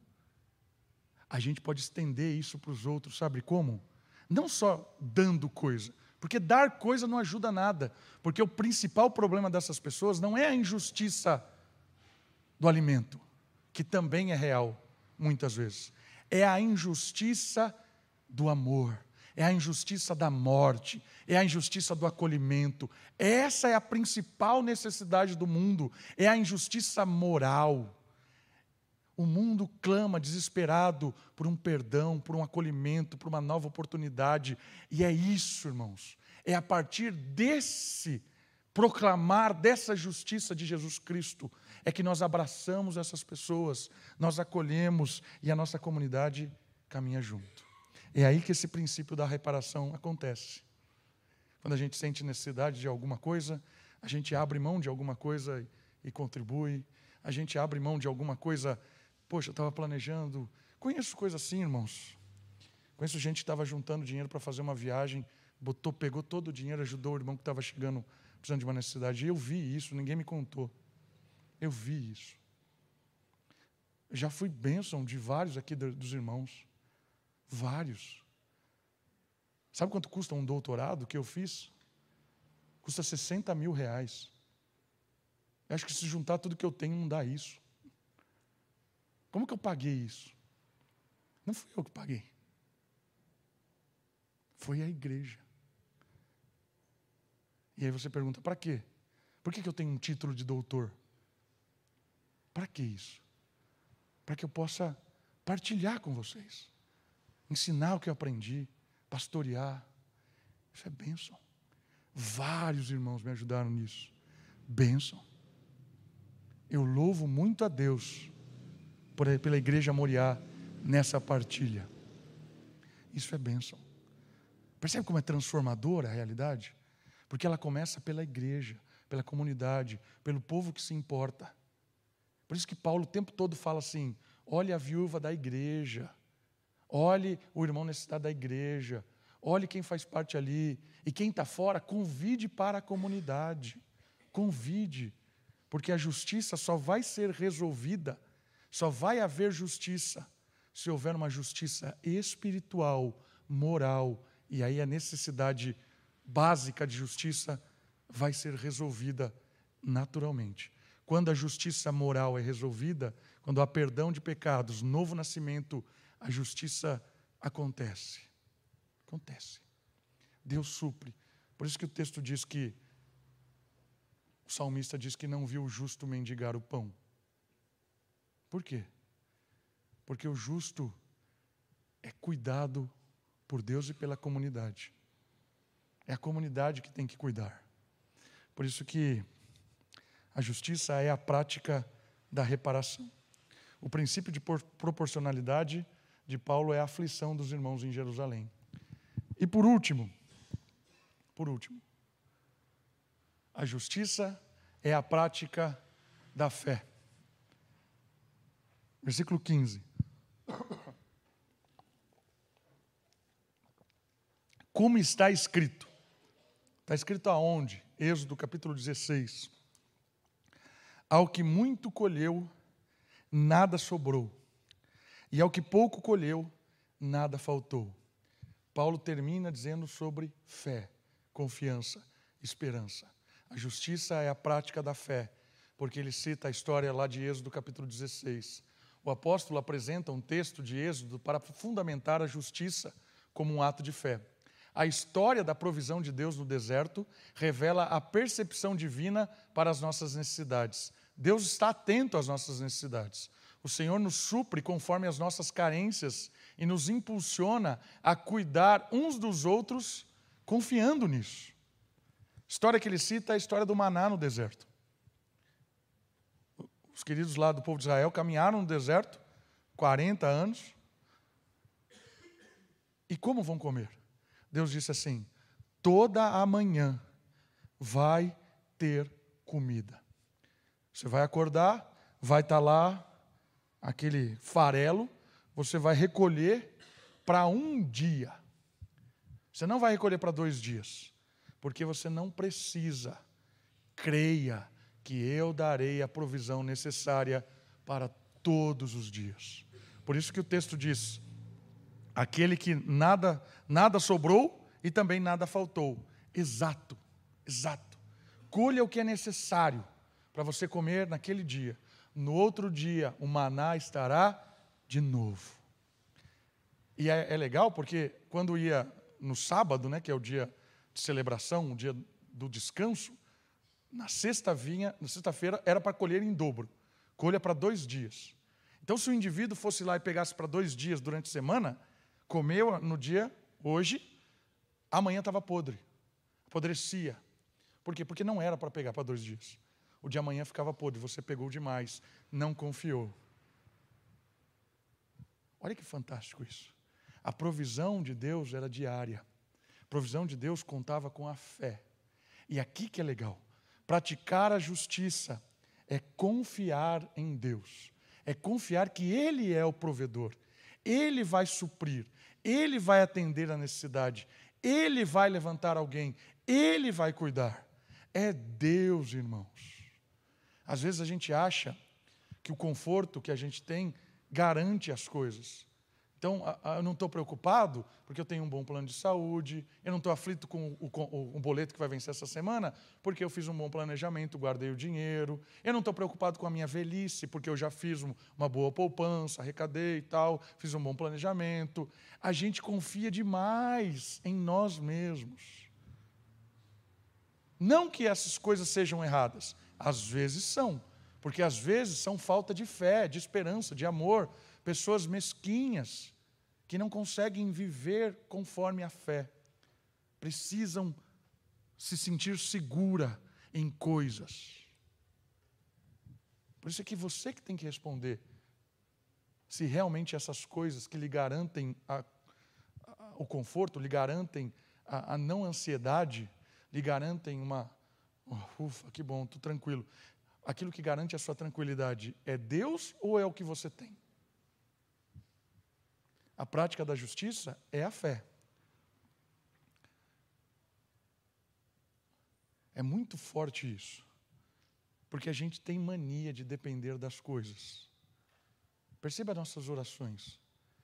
a gente pode estender isso para os outros, sabe como? Não só dando coisa, porque dar coisa não ajuda nada, porque o principal problema dessas pessoas não é a injustiça do alimento, que também é real, muitas vezes. É a injustiça do amor, é a injustiça da morte, é a injustiça do acolhimento. Essa é a principal necessidade do mundo, é a injustiça moral. O mundo clama desesperado por um perdão, por um acolhimento, por uma nova oportunidade. E é isso, irmãos. É a partir desse proclamar, dessa justiça de Jesus Cristo, é que nós abraçamos essas pessoas, nós acolhemos e a nossa comunidade caminha junto. É aí que esse princípio da reparação acontece. Quando a gente sente necessidade de alguma coisa, a gente abre mão de alguma coisa e contribui. A gente abre mão de alguma coisa. Poxa, eu estava planejando. Conheço coisas assim, irmãos. Conheço gente que estava juntando dinheiro para fazer uma viagem, botou, pegou todo o dinheiro, ajudou o irmão que estava chegando, precisando de uma necessidade. E eu vi isso, ninguém me contou. Eu vi isso. Já fui bênção de vários aqui dos irmãos. Vários. Sabe quanto custa um doutorado que eu fiz? Custa sessenta mil reais. Eu acho que se juntar tudo que eu tenho não dá isso. Como que eu paguei isso? Não fui eu que paguei. Foi a igreja. E aí você pergunta, para quê? Por que que eu tenho um título de doutor? Para que isso? Para que eu possa partilhar com vocês. Ensinar o que eu aprendi, pastorear. Isso é bênção. Vários irmãos me ajudaram nisso. Bênção. Eu louvo muito a Deus por, pela Igreja Moriá nessa partilha. Isso é bênção. Percebe como é transformadora a realidade? Porque ela começa pela igreja, pela comunidade, pelo povo que se importa. Por isso que Paulo o tempo todo fala assim, olhe a viúva da igreja, olhe o irmão necessitado da igreja, olhe quem faz parte ali, e quem está fora, convide para a comunidade, convide, porque a justiça só vai ser resolvida, só vai haver justiça, se houver uma justiça espiritual, moral, e aí a necessidade básica de justiça vai ser resolvida naturalmente. Quando a justiça moral é resolvida, quando há perdão de pecados, novo nascimento, a justiça acontece. Acontece. Deus supre. Por isso que o texto diz que, o salmista diz que não viu o justo mendigar o pão. Por quê? Porque o justo é cuidado por Deus e pela comunidade. É a comunidade que tem que cuidar. Por isso que a justiça é a prática da reparação. O princípio de proporcionalidade de Paulo é a aflição dos irmãos em Jerusalém. E por último, por último, a justiça é a prática da fé. Versículo quinze. Como está escrito? Está escrito aonde? Êxodo capítulo dezesseis. Ao que muito colheu, nada sobrou. E ao que pouco colheu, nada faltou. Paulo termina dizendo sobre fé, confiança, esperança. A justiça é a prática da fé, porque ele cita a história lá de Êxodo capítulo dezesseis. O apóstolo apresenta um texto de Êxodo para fundamentar a justiça como um ato de fé. A história da provisão de Deus no deserto revela a percepção divina para as nossas necessidades. Deus está atento às nossas necessidades. O Senhor nos supre conforme as nossas carências e nos impulsiona a cuidar uns dos outros, confiando nisso. A história que ele cita é a história do maná no deserto. Os queridos lá do povo de Israel caminharam no deserto, quarenta anos. E como vão comer? Deus disse assim, toda a manhã vai ter comida. Você vai acordar, vai estar lá aquele farelo, você vai recolher para um dia. Você não vai recolher para dois dias, porque você não precisa. Creia que eu darei a provisão necessária para todos os dias. Por isso que o texto diz, aquele que nada, nada sobrou e também nada faltou. Exato, exato. Colha o que é necessário para você comer naquele dia. No outro dia, o maná estará de novo. E é, é legal porque quando ia no sábado, né, que é o dia de celebração, o dia do descanso, na sexta vinha, na sexta-feira era para colher em dobro. Colha para dois dias. Então, se o indivíduo fosse lá e pegasse para dois dias durante a semana, comeu no dia, hoje, amanhã estava podre, apodrecia. Por quê? Porque não era para pegar para dois dias. O de amanhã ficava podre, você pegou demais, não confiou. Olha que fantástico isso. A provisão de Deus era diária. A provisão de Deus contava com a fé. E aqui que é legal. Praticar a justiça é confiar em Deus. É confiar que Ele é o provedor. Ele vai suprir. Ele vai atender a necessidade. Ele vai levantar alguém. Ele vai cuidar. É Deus, irmãos. Às vezes a gente acha que o conforto que a gente tem garante as coisas. Então, Então, eu não estou preocupado porque eu tenho um bom plano de saúde, eu não estou aflito com o, com o boleto que vai vencer essa semana porque eu fiz um bom planejamento, guardei o dinheiro. Eu não estou preocupado com a minha velhice porque eu já fiz uma boa poupança, arrecadei e tal, fiz um bom planejamento. A gente confia demais em nós mesmos. Não que essas coisas sejam erradas, às vezes são, porque às vezes são falta de fé, de esperança, de amor. Pessoas mesquinhas que não conseguem viver conforme a fé. Precisam se sentir segura em coisas. Por isso é que você que tem que responder se realmente essas coisas que lhe garantem a, a, o conforto, lhe garantem a, a não ansiedade, lhe garantem uma... Oh, ufa, que bom, estou tranquilo. Aquilo que garante a sua tranquilidade é Deus ou é o que você tem? A prática da justiça é a fé. É muito forte isso, porque a gente tem mania de depender das coisas. Perceba nossas orações.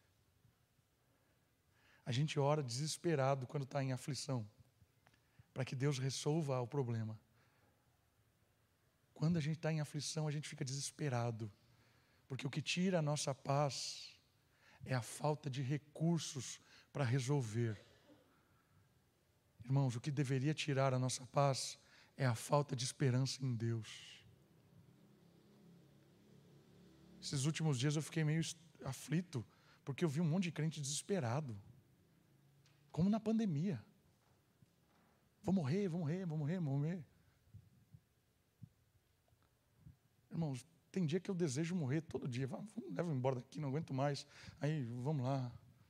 A gente ora desesperado quando está em aflição, para que Deus resolva o problema. Quando a gente está em aflição, a gente fica desesperado, porque o que tira a nossa paz é a falta de recursos para resolver. Irmãos, o que deveria tirar a nossa paz é a falta de esperança em Deus. Esses últimos dias eu fiquei meio aflito, porque eu vi um monte de crente desesperado, como na pandemia. Vou morrer, vou morrer, vou morrer, vou morrer. Irmãos, tem dia que eu desejo morrer todo dia. Vamos, leva embora daqui, não aguento mais. Aí, vamos lá.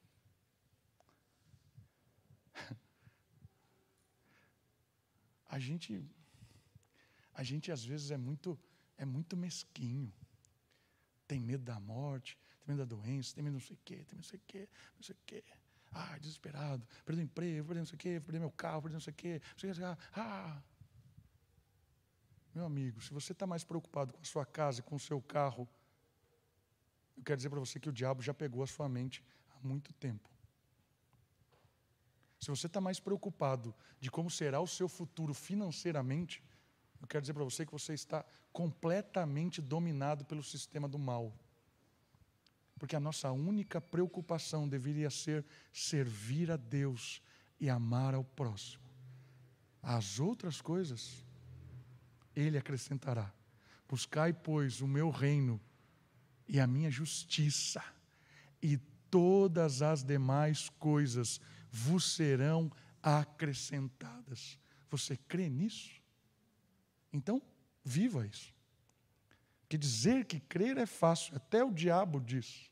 A gente, a gente às vezes é muito, é muito mesquinho. Tem medo da morte, tem medo da doença, tem medo de não sei o quê, tem medo de não sei o quê, não sei o quê. Ah, desesperado, perdi o emprego, perdi não sei o quê, perdi meu carro, perdi não sei o quê, não sei o quê. Ah! Meu amigo, se você está mais preocupado com a sua casa e com o seu carro, eu quero dizer para você que o diabo já pegou a sua mente há muito tempo. Se você está mais preocupado de como será o seu futuro financeiramente, eu quero dizer para você que você está completamente dominado pelo sistema do mal. Porque a nossa única preocupação deveria ser servir a Deus e amar ao próximo. As outras coisas Ele acrescentará. Buscai, pois, o meu reino e a minha justiça, e todas as demais coisas vos serão acrescentadas. Você crê nisso? Então, viva isso. Porque dizer que crer é fácil, até o diabo diz.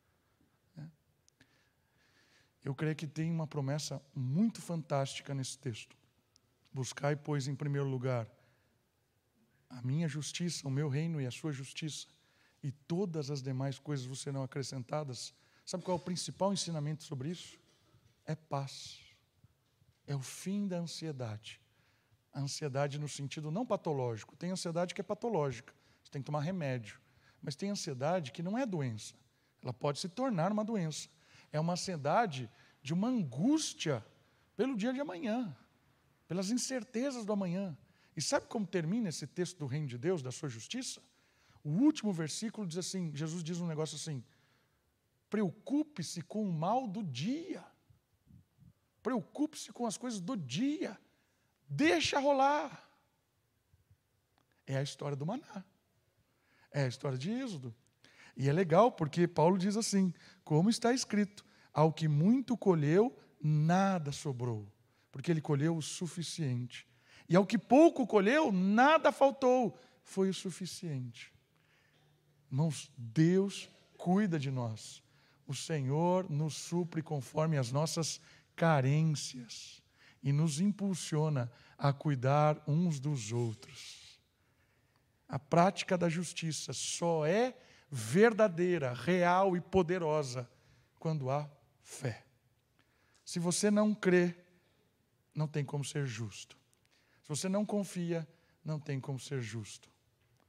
Eu creio que tem uma promessa muito fantástica nesse texto. Buscai, pois, em primeiro lugar, a minha justiça, o meu reino e a sua justiça, e todas as demais coisas vos serão acrescentadas. Sabe qual é o principal ensinamento sobre isso? É paz. É o fim da ansiedade. A ansiedade no sentido não patológico. Tem ansiedade que é patológica, você tem que tomar remédio. Mas tem ansiedade que não é doença. Ela pode se tornar uma doença. É uma ansiedade de uma angústia pelo dia de amanhã, pelas incertezas do amanhã. E sabe como termina esse texto do reino de Deus, da sua justiça? O último versículo diz assim, Jesus diz um negócio assim: preocupe-se com o mal do dia. Preocupe-se com as coisas do dia. Deixa rolar. É a história do maná. É a história de Êxodo. E é legal porque Paulo diz assim, como está escrito, ao que muito colheu, nada sobrou, porque ele colheu o suficiente. E ao que pouco colheu, nada faltou, foi o suficiente. Irmãos, Deus cuida de nós. O Senhor nos supre conforme as nossas carências e nos impulsiona a cuidar uns dos outros. A prática da justiça só é verdadeira, real e poderosa quando há fé. Se você não crê, não tem como ser justo. Se você não confia, não tem como ser justo.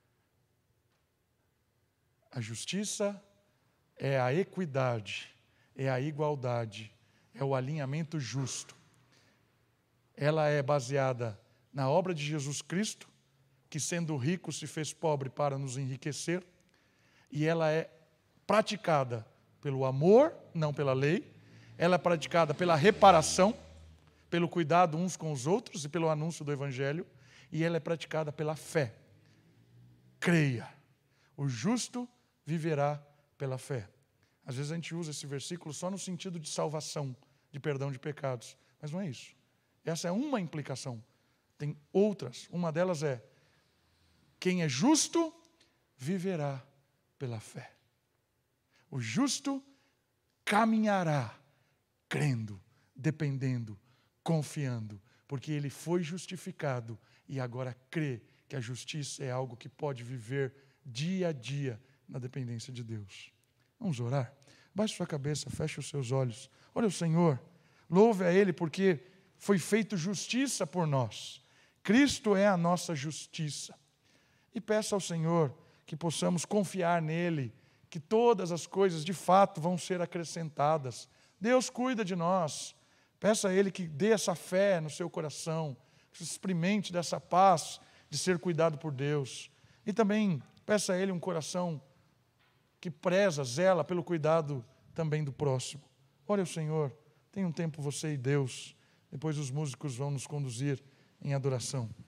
A justiça é a equidade é a igualdade, é o alinhamento justo. Ela é baseada na obra de Jesus Cristo, que sendo rico se fez pobre para nos enriquecer, e ela é praticada pelo amor, não pela lei, ela é praticada pela reparação, pelo cuidado uns com os outros e pelo anúncio do Evangelho, e ela é praticada pela fé. Creia, o justo viverá pela fé. Às vezes a gente usa esse versículo só no sentido de salvação, de perdão de pecados, mas não é isso. Essa é uma implicação. Tem outras. Uma delas é: quem é justo viverá pela fé. O justo caminhará crendo, dependendo, confiando, porque ele foi justificado e agora crê que a justiça é algo que pode viver dia a dia na dependência de Deus. Vamos orar? Baixe sua cabeça, feche os seus olhos. Olha o Senhor, louve a Ele porque foi feito justiça por nós. Cristo é a nossa justiça. E peça ao Senhor que possamos confiar nele, que todas as coisas de fato vão ser acrescentadas. Deus cuida de nós. Peça a Ele que dê essa fé no seu coração, que se experimente dessa paz de ser cuidado por Deus. E também peça a Ele um coração que preza, zela pelo cuidado também do próximo. Ore ao Senhor, tenha um tempo você e Deus. Depois os músicos vão nos conduzir em adoração.